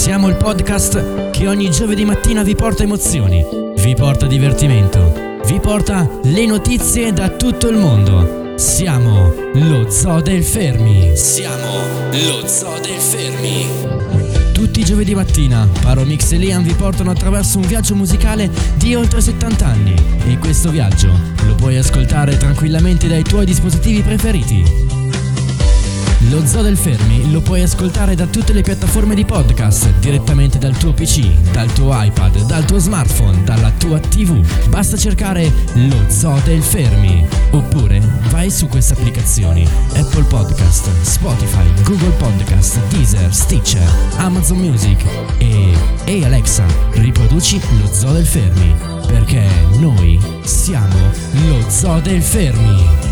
Siamo il podcast che ogni giovedì mattina vi porta emozioni, vi porta divertimento, vi porta le notizie da tutto il mondo. Siamo lo Zoo del Fermi. Tutti i giovedì mattina Paromix e Liam vi portano attraverso un viaggio musicale di oltre 70 anni e questo viaggio lo puoi ascoltare tranquillamente dai tuoi dispositivi preferiti. Lo Zoo del Fermi lo puoi ascoltare da tutte le piattaforme di podcast, direttamente dal tuo PC, dal tuo iPad, dal tuo smartphone, dalla tua TV. Basta cercare lo Zoo del Fermi. Oppure vai su queste applicazioni: Apple Podcast, Spotify, Google Podcast, Deezer, Stitcher, Amazon Music e Alexa, riproduci lo Zoo del Fermi, perché noi siamo lo Zoo del Fermi.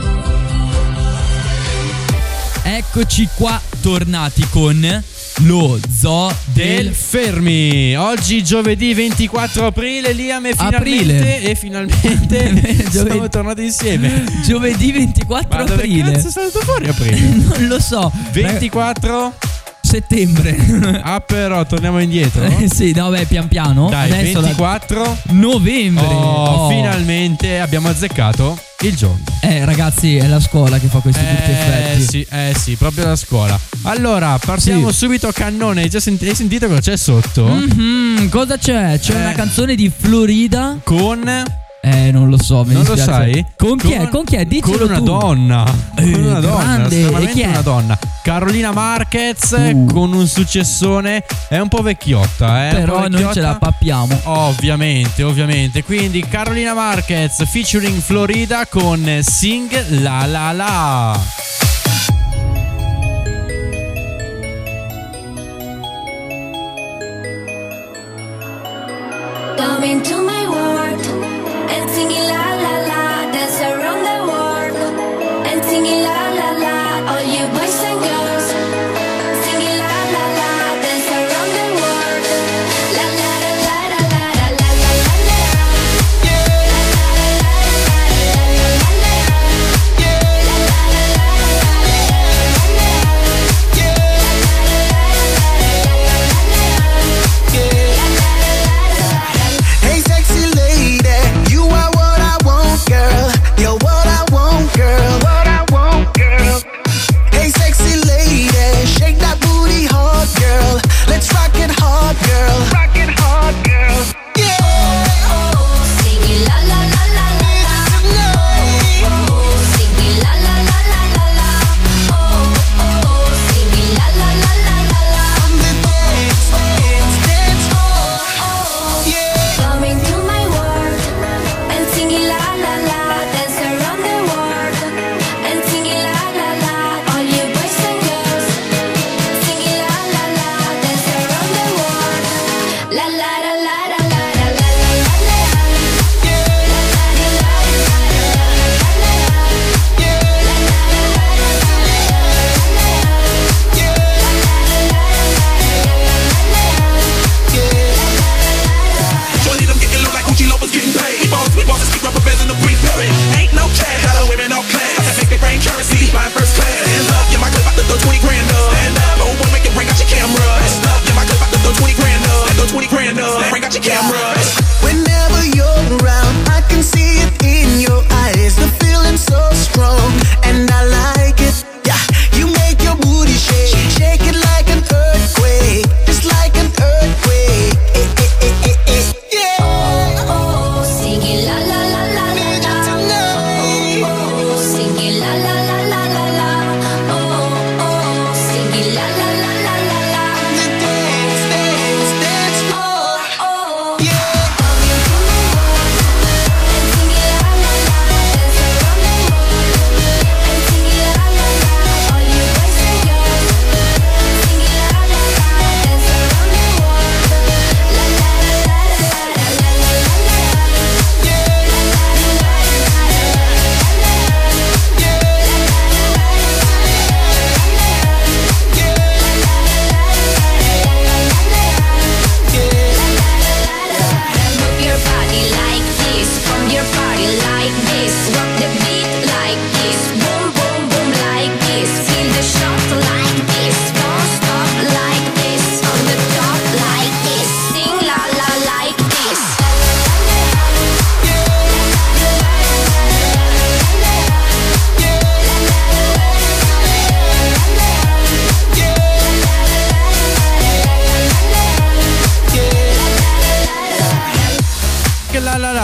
Eccoci qua, tornati con lo Zoo del Fermi. Oggi giovedì 24 aprile, Liam, e finalmente siamo tornati insieme. Giovedì 24 aprile. Ma dove cazzo è stato fuori aprile? Non lo so. 24 settembre. Ah, però torniamo indietro. Sì, no, beh, pian piano. Dai, adesso 24 novembre. Oh, finalmente abbiamo azzeccato il giorno. Ragazzi, è la scuola che fa questi brutti effetti. Sì, proprio la scuola. Allora, partiamo subito a cannone. Hai sentito cosa c'è sotto? Cosa c'è? C'è una canzone di Florida con... non lo so, non lo sai? Con chi è? Con chi è? Dicelo con una tu. Donna. Con una donna, grande. estremamente Chi è? una donna. Carolina Marquez con un successone. È un po' vecchiotta, però noi ce la pappiamo. Ovviamente. Quindi Carolina Marquez featuring Florida con Sing La La La. Come into my world and singing la la la, dance around the world and singing la la la, all you boys and girls singing la la la, dance around the world, la la la la la la la la la la, yeah, la la la la la la la la, yeah, la la la la la la la, yeah, Hey sexy lady, you are what I want, girl. You're what I want, girl. What I want, girl. Hey sexy lady, shake that booty hard, girl. Let's rock it hard, girl. Rock it hard, girl. Yeah. singing la la la la la la. Singing la la la la la la. Singing la la la la la la. On the dance floor. Yeah. Coming to my world and singing la la la, dance around the world and singing la la la, all you boys and girls singing la la la, dance around the world, la la la la la la la la la la, yeah, la la la la la la la la, yeah, la la la la la la la la, yeah, la la la la la la la la. Shorty, them getting low like Gucci Lopez getting paid. We bosses keep rubber bands in the prepaid. Ain't no chat, got her women all class. I make it rain currency, flying first class. Stand up, yeah, my clip out to throw 20 grand up. Stand up, oh boy, make it bring out your camera. Stand up, yeah, my clip out to throw 20 grand up. Throw 20 grand up, bring out your camera. Whenever you're around, I can see it in your eyes. The feeling's so strong, and I like it. Yeah, you make your booty shake, shake it like an earthquake, just like an earthquake. Yeah. Singing la la la la la la. Singing la la la la la la. Singing la la la la la la. Dance, dance, dance. Oh, oh. Yeah.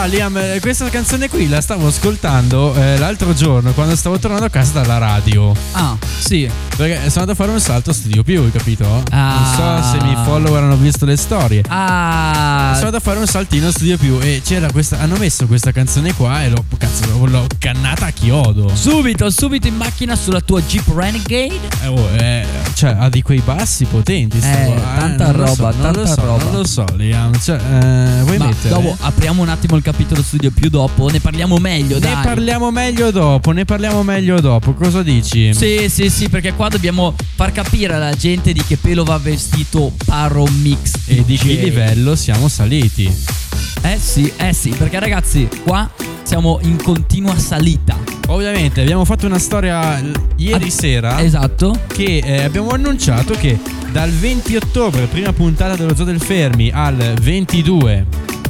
No, Liam, questa canzone qui la stavo ascoltando l'altro giorno quando stavo tornando a casa dalla radio. Ah, sì. Perché sono andato a fare un salto a Studio Più, hai capito? Ah. Non so se i miei follower hanno visto le storie. Ah. Sono andato a fare un saltino a Studio Più e c'era questa. Hanno messo questa canzone qua e l'ho cannata a chiodo. Subito in macchina sulla tua Jeep Renegade. Cioè, ha di quei bassi potenti. Tanta non lo roba, so, tanta roba. Non lo so, Liam. Cioè, vuoi Ma mettere? dopo apriamo un attimo il capitolo Studio Più dopo. Ne parliamo meglio, dai. Ne parliamo meglio dopo. Cosa dici? Sì, perché qua dobbiamo far capire alla gente di che pelo va vestito Paro Mix E di che DJ. livello siamo saliti. Sì, perché ragazzi, qua siamo in continua salita. Ovviamente abbiamo fatto una storia ieri sera. Esatto. Che abbiamo annunciato che dal 20 ottobre, prima puntata dello Zoo del Fermi, al 22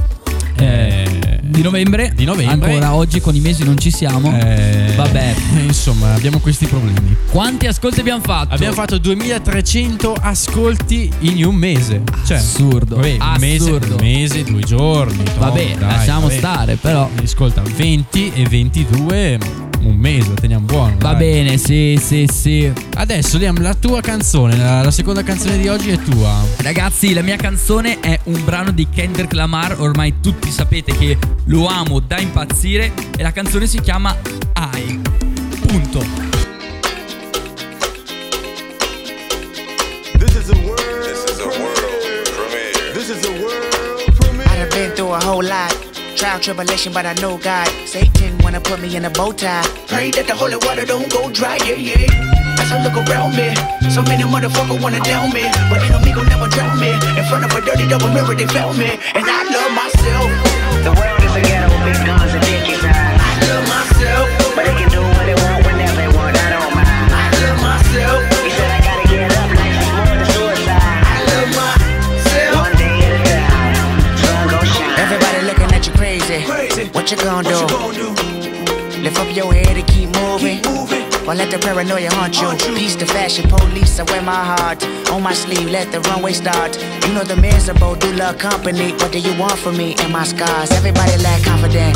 di novembre. Ancora oggi con i mesi non ci siamo. Vabbè. Insomma, abbiamo questi problemi. Quanti ascolti abbiamo fatto? Abbiamo fatto 2300 ascolti in un mese. Cioè, assurdo. Vabbè, un mese, 2 giorni. Vabbè, lasciamo stare, però. Ascolta, 20 e 22, un mese, lo teniamo buono. Va bene, sì. Adesso, Liam, la tua canzone, la seconda canzone di oggi è tua. Ragazzi, la mia canzone è un brano di Kendrick Lamar. Ormai tutti sapete che lo amo da impazzire. E la canzone si chiama I. Punto. This is a world premiere. This is a world premiere. I done been through a whole lot. Trial, tribulation, but I know God. Satan wanna put me in a bow tie. Pray that the holy water don't go dry, yeah. As I look around me, so many motherfuckers wanna down me, but enemy gon' never drown me. In front of a dirty double mirror, they found me, and I love myself. The world is a ghetto, big guns and dick inside. I love myself, But they can do what they want whenever they want, I don't mind. I love myself, He said I gotta get up, life is more than suicide. I love myself. One day at a time, sun gon' shine. Everybody looking at you crazy. Crazy. What you gonna What you do? gon' do? Lift up your head and keep moving. Keep moving. Or let the paranoia haunt you. Peace to fashion police, I wear my heart on my sleeve, let the runway start. You know the miserable do love company. What do you want from me and my scars? Everybody lack confident.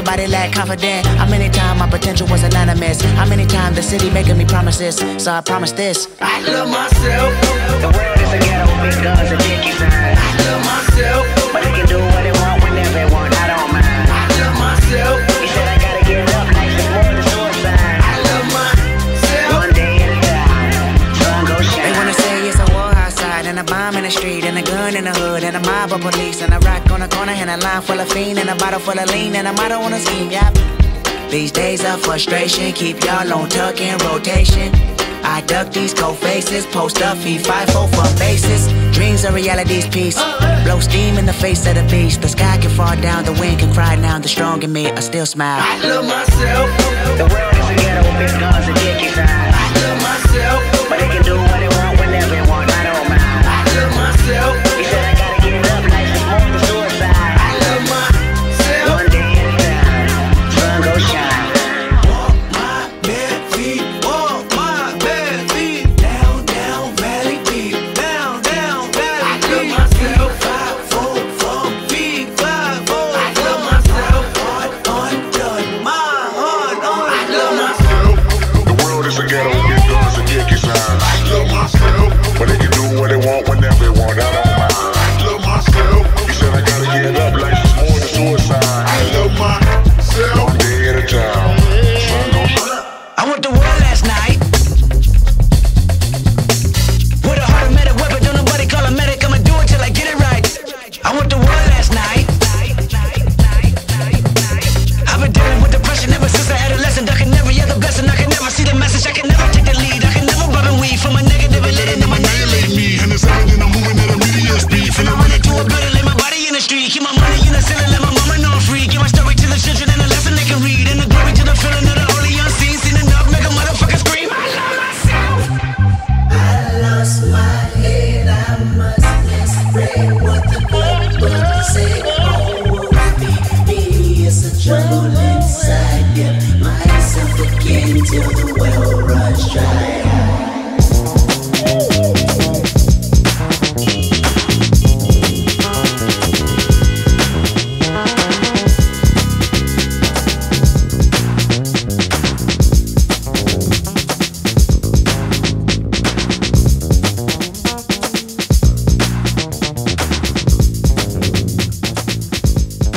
How many times my potential was anonymous? How many times the city making me promises? So I promise this. I love myself, The world is a ghetto, big guns and dick inside. I love myself, But they can do what they want whenever they want, I don't mind. I love myself, He said I gotta get up, life is more than suicide. I love myself. One day at a time, sun gon' shine. They wanna say it's a war outside, and a bomb in the street, and a gun in the hood, and a mob of police, and a rock on the corner, and a line full of fiend, and a bottle full of lean, and a motto on a scheme, yep. These days of frustration keep y'all on tuck in rotation. I duck these cold faces, post up, feed 5-4 for bases. Dreams are reality's piece. Blow steam in the face of the beast. The sky can fall down, the wind can cry now. The strong in me, I still smile. I love myself, The world is a ghetto, big guns and dick inside. I love myself, But they can do what they want whenever they want, I don't mind. I love myself, He said I gotta get up, life is more than suicide. I love myself. One day at a time, sun gon' shine. Walk my bare feet, walk my bare feet. Down, down, valley deep. Down, down, valley deep. I love myself. 5-4 from feet, 5-4. I love myself. Heart undone, my heart on. I love myself. The world is a ghetto, big guns and dick inside. I love myself. But they can do what they want whenever they want, I don't mind. I love myself. He said I gotta get up, life is more than suicide. I love myself. One day at a time, sun gon' shine. I went to war last night with a heart of medic weapon, don't nobody call a medic. I'ma do it till I get it right. I went to war last night. I've been dealing with depression ever since I adolescent. I can never hear the blessing, I can never see the message, I can never take the lead, I can never rub and weed from a negative and let it annihilate me. And it's evident I'm moving at a medium speed. Finna run into a building, lay my body in the street, keep my money in the ceiling, let my mama know I'm free. Give my story to the children and a lesson they can read, and the glory to the feeling of the holy unseen. Seen enough, make a motherfucker scream. I love myself. I lost my head, I must misread what the good book said. Oh, me, it's a jungle inside. Get myself again till the well runs dry.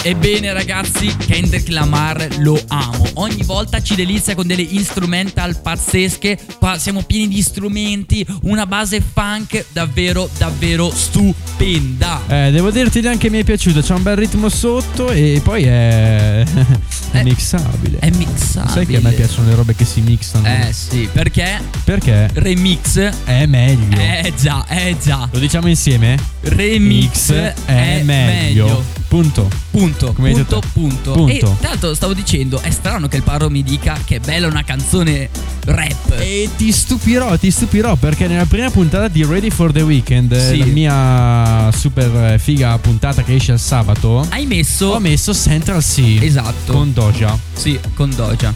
Ebbene ragazzi, Kendrick Lamar lo amo. Ogni volta ci delizia con delle instrumental pazzesche. Qua siamo pieni di strumenti, una base funk davvero davvero stupenda. Devo dirti anche mi è piaciuto, c'è un bel ritmo sotto e poi è mixabile. È mixabile. Sai che a me piacciono le robe che si mixano? Sì, perché Perché remix è meglio. già. Lo diciamo insieme? Remix è meglio. Punto. Come hai detto? Punto. E tra l'altro stavo dicendo, è strano che il Paro mi dica che è bella una canzone rap. E ti stupirò perché nella prima puntata di Ready for the Weekend, Sì. la mia super figa puntata che esce il sabato, ho messo Central C. Esatto. Con Doja. Sì, con Doja.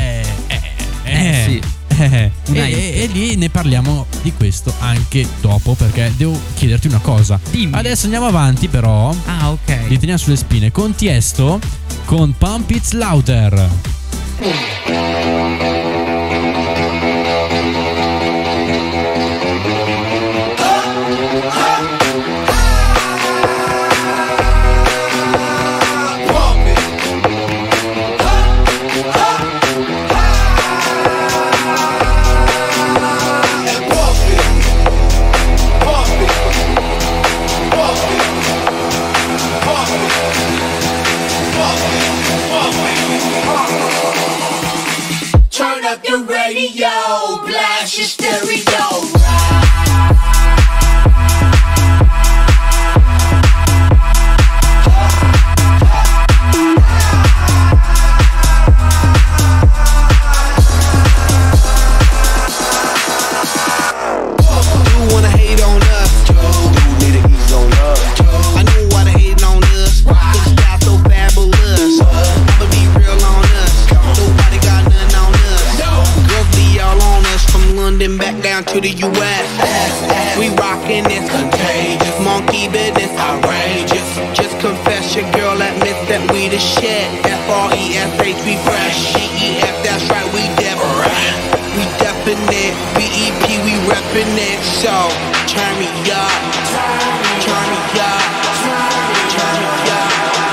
Sì. E lì ne parliamo di questo anche dopo, perché devo chiederti una cosa. Dimmi. Adesso andiamo avanti però. Ah, ok. Li teniamo sulle spine con Tiesto, con Pump It Louder. Turn up your radio, blast your stereo. You wanna hate on us? You need to ease on up. I know why they hating on us. Cause the style so fabulous. I'ma be real on us. Nobody got nothing on us. Girls be all on us from London back down to the US. We rockin' this contagious. Monkey business outrageous. Just confess your girl admits that we the shit. FRESH, we fresh. GEF, that's right, we different. We definite, BEP, we reppin' it. So, turn me up, turn me up, turn me up.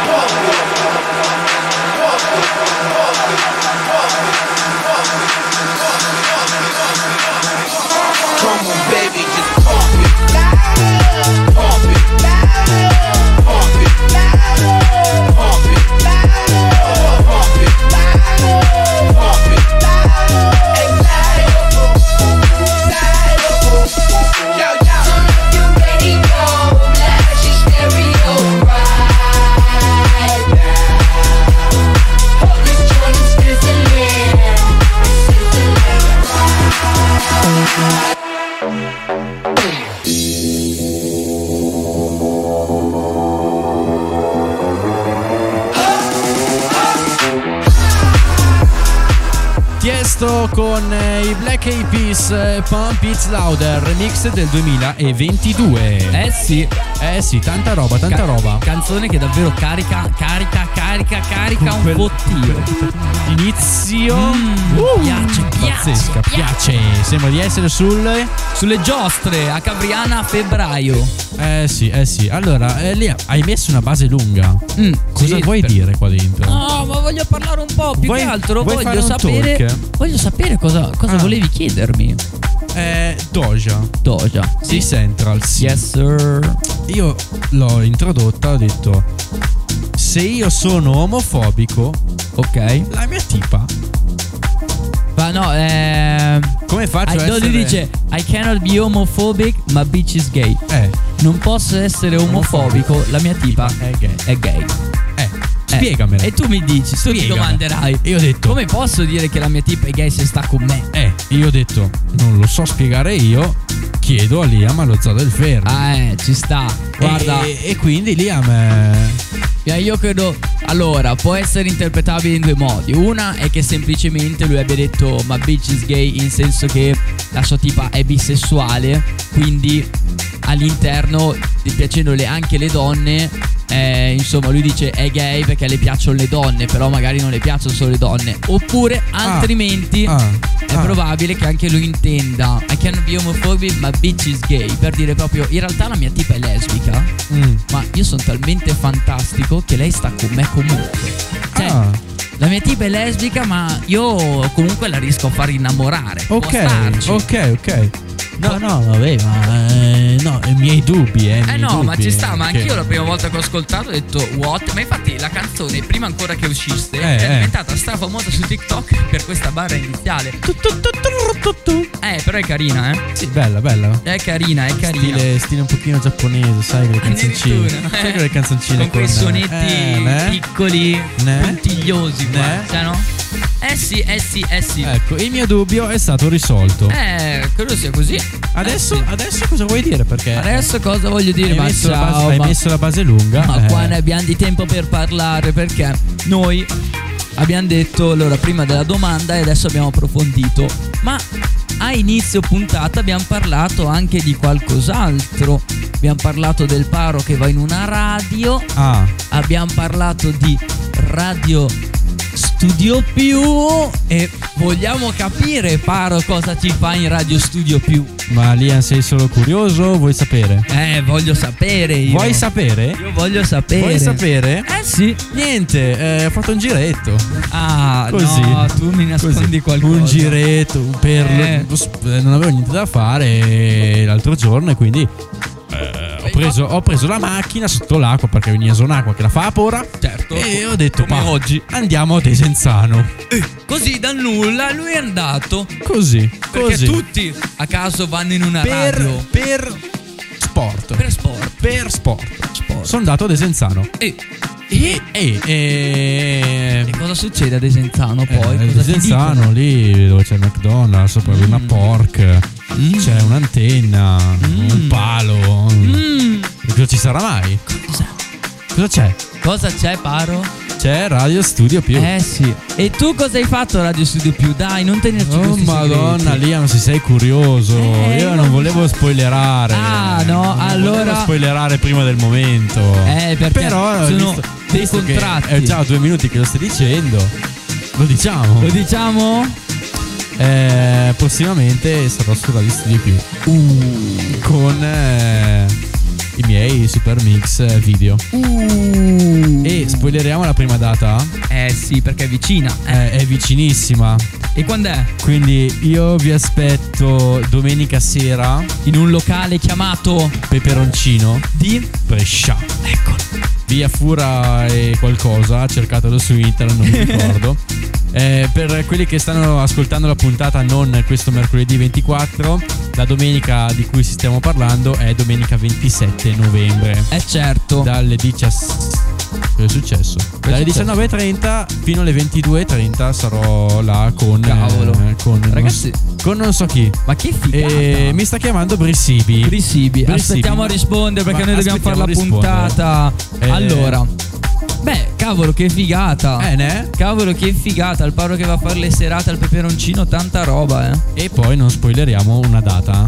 Come on, baby, just pump it, pump it, pump it, pump it, pump it, pump it. Tiesto con i Black Eyed Peas, Pump It Louder, remix del 2022. Sì, tanta roba. Canzone che davvero carica un bottino. Inizio piace. Sembra di essere Sulle giostre a Cavriana a febbraio. Sì. Allora, lì hai messo una base lunga. Cosa vuoi dire qua dentro? No, ma voglio parlare un po'. Più che altro vuoi voglio fare un sapere. talk? Voglio sapere cosa volevi chiedermi. Doja. Sì, Central. Sì. Yes, sir. Io l'ho introdotta, ho detto: se io sono omofobico, Ok. la mia tipa, Ma no, come faccio a essere... Lui dice I cannot be homophobic, my bitch is gay. Non posso essere omofobico, la mia tipa è gay. Spiegamelo. E tu mi dici, tu ti domanderai, io ho detto, come posso dire che la mia tipa è gay se sta con me? Io ho detto, non lo so spiegare io, chiedo a Liam allo Zoo del Ferro. Ci sta. Guarda. E quindi Liam... Io credo, allora, può essere interpretabile in due modi. Una è che semplicemente lui abbia detto ma bitch is gay, in senso che la sua tipa è bisessuale, quindi all'interno, piacendole anche le donne, insomma lui dice è gay perché le piacciono le donne, però magari non le piacciono solo le donne. Oppure altrimenti è probabile che anche lui intenda I can be homophobic ma bitch is gay, per dire proprio in realtà la mia tipa è lesbica, ma io sono talmente fantastico che lei sta con me comunque. Cioè, la mia tipa è lesbica ma io comunque la riesco a far innamorare. Può starci. Ok. No, vabbè, ma no, i miei dubbi, no, ma ci sta, ma perché- anch'io la prima volta che ho ascoltato ho detto what? Ma infatti la canzone prima ancora che uscisse è diventata strafamosa su TikTok per questa barra iniziale. Però è carina, Sì, bella. È carina. Stile un pochino giapponese, sai, quelle canzoncine. Addirittura, Sai quelle canzoncine con quei sonetti ne? piccoli, Ne? puntigliosi qua, Ne? cioè no? Sì. Ecco, il mio dubbio è stato risolto. Credo sia così. Adesso cosa vuoi dire? Perché Adesso cosa voglio dire? hai Ma messo, ciao, hai ma- messo la base lunga. Ma qua ne abbiamo di tempo per parlare, perché noi abbiamo detto allora prima della domanda e adesso abbiamo approfondito, ma a inizio puntata abbiamo parlato anche di qualcos'altro. Abbiamo parlato del Paro che va in una radio, abbiamo parlato di Radio Studio Più e vogliamo capire, Paro, cosa ci fa in Radio Studio Più. Ma Liam, sei solo curioso? Vuoi sapere? Voglio sapere io. Vuoi sapere? Io voglio sapere. Vuoi sapere? Sì. Niente, ho fatto un giretto. Così. No, tu mi nascondi qualcosa. Un giretto non avevo niente da fare l'altro giorno e quindi ho preso la macchina sotto l'acqua perché veniva su un'acqua che la fa a pora. Certo. E ho detto come oggi andiamo a Desenzano. Così dal nulla lui è andato. Così. Perché tutti a caso vanno in una radio. Per sport. Per sport. Sono andato a Desenzano. E cosa succede a Desenzano poi? A Cosa ti Desenzano lì dove c'è il McDonald's, sopra una pork, c'è un'antenna, un palo. Cosa ci sarà mai? Cosa c'è? Cosa c'è, Paro? C'è Radio Studio Più. Sì. E tu cosa hai fatto a Radio Studio Più? Dai, non tenerci questi Madonna, segreti. Liam, se sei curioso. Io non volevo spoilerare. No, allora volevo spoilerare prima del momento. Perché però sono dei visto che contratti. è già 2 minuti che lo stai dicendo. Lo diciamo. Lo diciamo? Prossimamente sarò su Radio Studio Più con i miei super mix video. E spoileriamo la prima data? Sì, perché è vicina. È vicinissima. E quando è? Quindi io vi aspetto domenica sera In un locale chiamato Peperoncino di Brescia. Eccolo. Via Fura e qualcosa, cercatelo su internet, non mi ricordo. Per quelli che stanno ascoltando la puntata non questo mercoledì 24, la domenica di cui stiamo parlando è domenica 27 novembre. Certo. Dalle 17. Cosa è successo? Dalle 19.30 fino alle 22.30 sarò là con Ragazzi, con non so chi. ma che figata. E mi sta chiamando Brisibi. Aspettiamo a rispondere perché noi dobbiamo fare la puntata. Allora, cavolo, che figata. Ne? Cavolo, che figata. Il Paro che va a fare le serate al peperoncino, tanta roba, E poi non spoileriamo una data.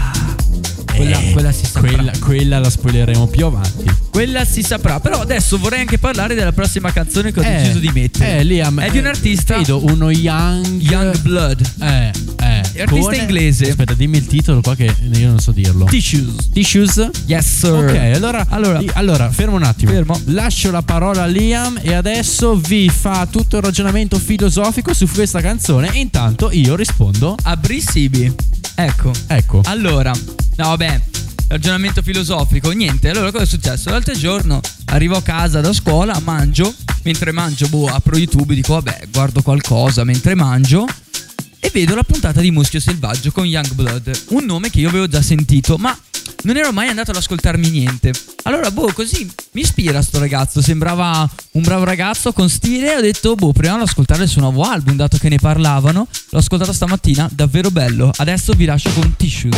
Quella si saprà. Quella la spoileremo più avanti. Quella si saprà. Però adesso vorrei anche parlare della prossima canzone che ho deciso di mettere. Liam, è di un artista. Vedo uno Young Blood. Artista inglese. Aspetta, dimmi il titolo qua che io non so dirlo. Tissues? Yes sir. Ok, allora fermo un attimo. Fermo. Lascio la parola a Liam e adesso vi fa tutto il ragionamento filosofico su questa canzone e intanto io rispondo a Brisibi. Ecco. Allora, no vabbè, ragionamento filosofico, niente. Allora cosa è successo? L'altro giorno arrivo a casa da scuola, mangio. Mentre mangio, apro YouTube e dico vabbè, guardo qualcosa mentre mangio. E vedo la puntata di Muschio Selvaggio con Young Blood, un nome che io avevo già sentito, ma non ero mai andato ad ascoltarmi niente. Allora, così mi ispira sto ragazzo, sembrava un bravo ragazzo con stile. Ho detto, proviamo ad ascoltare il suo nuovo album, dato che ne parlavano. L'ho ascoltato stamattina, davvero bello. Adesso vi lascio con Tissues.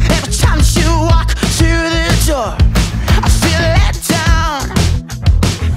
I feel let down.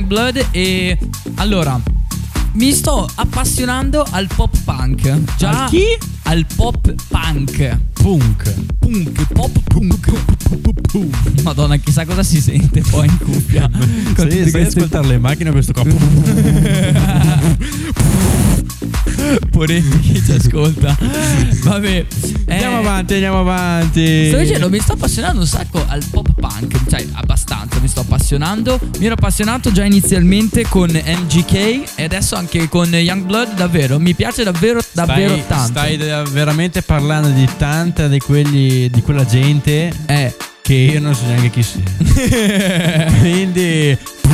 Youngblood. E allora mi sto appassionando al pop punk. Già Al chi? Al pop punk. Punk. Pop punk. Madonna, chissà cosa si sente poi in cuffia. Con tutti Sì, sai questi ascoltare le macchine a questo qua. poretti chi ci ascolta. Vabbè, Andiamo avanti. Sto dicendo, mi sto appassionando un sacco al pop punk. Cioè, abbastanza mi sto appassionando. Mi ero appassionato già inizialmente con MGK e adesso anche con Youngblood. Davvero, mi piace davvero tanto. Stai veramente parlando di tanta di quella gente che io non so neanche chi sia. Quindi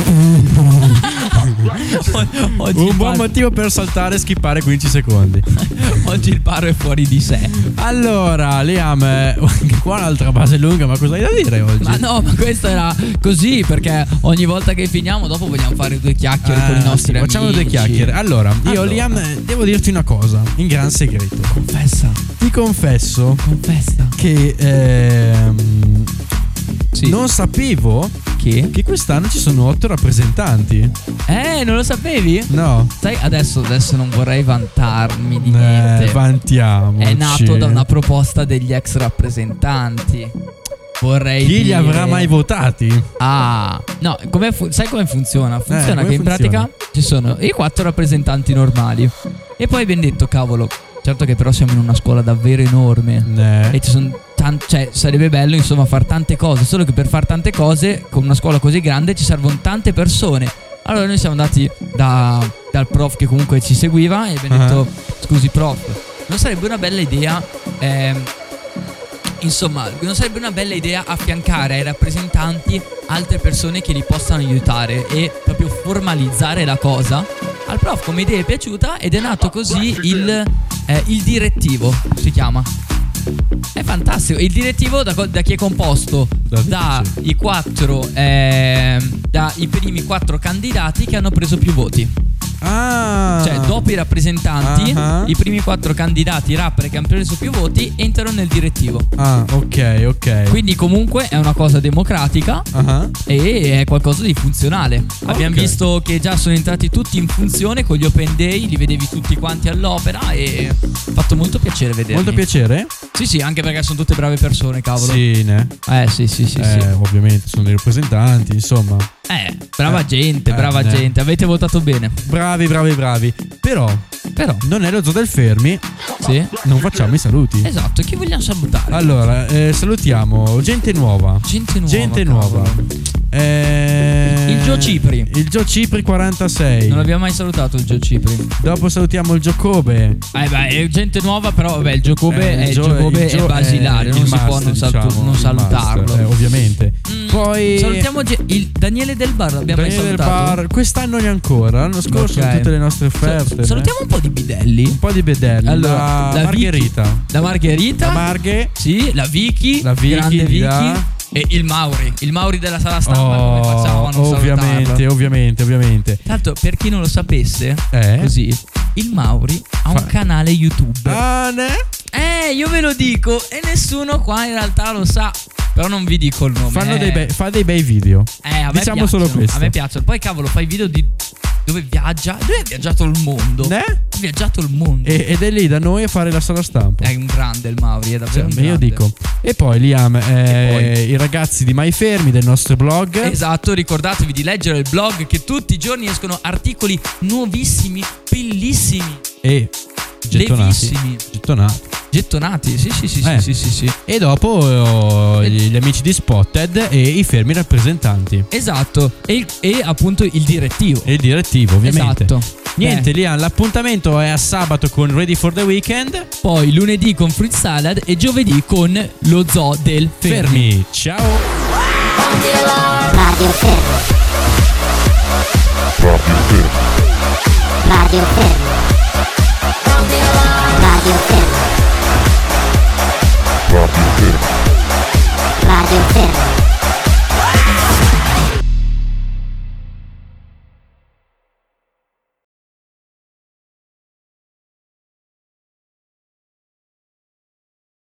Oggi un il buon paro- motivo per saltare e skippare 15 secondi. Oggi il paro è fuori di sé. Allora, Liam, anche qua un'altra base lunga, ma cosa hai da dire oggi? Ma no, ma questo era così perché ogni volta che finiamo dopo vogliamo fare due chiacchiere con i nostri amici. Facciamo due chiacchiere. Allora, io Liam devo dirti una cosa in gran segreto. Confessa. Ti confesso che Sì. non sapevo Che? che quest'anno ci sono 8 rappresentanti. Non lo sapevi? No. Sai, adesso non vorrei vantarmi di niente. Vantiamoci. È nato da una proposta degli ex rappresentanti. Vorrei Chi li dire... avrà mai votati? Ah, no, sai come funziona? Funziona come che in pratica ci sono i 4 rappresentanti normali. E poi abbiamo detto, cavolo, certo che però siamo in una scuola davvero enorme. E ci sono cioè sarebbe bello insomma fare tante cose. Solo che per fare tante cose con una scuola così grande ci servono tante persone. Allora noi siamo andati dal prof che comunque ci seguiva e abbiamo detto, scusi prof, non sarebbe una bella idea insomma, non sarebbe una bella idea affiancare ai rappresentanti altre persone che li possano aiutare e proprio formalizzare la cosa. Al prof come idea è piaciuta ed è nato così il direttivo, si chiama. È fantastico. Il direttivo da chi è composto? Da i primi 4 candidati che hanno preso più voti. Cioè dopo i rappresentanti i primi 4 candidati rapper che hanno preso più voti entrano nel direttivo. Ok. Quindi comunque è una cosa democratica e è qualcosa di funzionale. Abbiamo visto che già sono entrati tutti in funzione con gli open day, li vedevi tutti quanti all'opera e ha fatto molto piacere vederli. Molto piacere? Sì, anche perché sono tutte brave persone, cavolo. Sì, ne? Sì. Ovviamente sono dei rappresentanti, insomma. Brava gente. Avete votato bene. Bravi. Però non è lo zoo del Fermi. Sì. Non facciamo i saluti. Esatto, chi vogliamo salutare? Allora, salutiamo gente nuova. Il Gio Cipri. Il Gio Cipri 46. Non abbiamo mai salutato il Gio Cipri. Dopo salutiamo il Giacobbe. È gente nuova, però vabbè, il Giacobbe è basilare, non si può non salutarlo. Ovviamente. Poi salutiamo il Daniele Del Bar, l'abbiamo mai Daniele salutato? Del Bar, quest'anno neanche. L'anno scorso tutte le nostre offerte. Salutiamo un po' di bidelli. Allora, la Margherita. Vicky, la Margherita. La Marghe. Sì, la Vicky. Grande Vicky. E il Mauri della sala stampa. Come facciamo a non salutarlo? Ovviamente. Tanto per chi non lo sapesse, così il Mauri ha un canale YouTube. Io ve lo dico e nessuno qua in realtà lo sa. Però non vi dico il nome. Fa dei bei video. A me diciamo piacciono, solo questo. A me piacciono. Poi cavolo, fai video di dove viaggia. Lui ha viaggiato il mondo. Ha viaggiato il mondo. Ed è lì da noi a fare la sala stampa. È un grande il Mauri, è davvero un grande. Io dico. E poi Liam, i ragazzi di My Fermi del nostro blog. Esatto, ricordatevi di leggere il blog che tutti i giorni escono articoli nuovissimi, bellissimi e gettonati. Sì. E dopo gli amici di Spotted e i fermi rappresentanti. Esatto. E appunto il direttivo. E il direttivo, ovviamente. Esatto. Niente, Liam, l'appuntamento è a sabato con Ready for the Weekend. Poi lunedì con Fruit Salad e giovedì con lo zoo del Fermi. Ciao. Radio Fermi.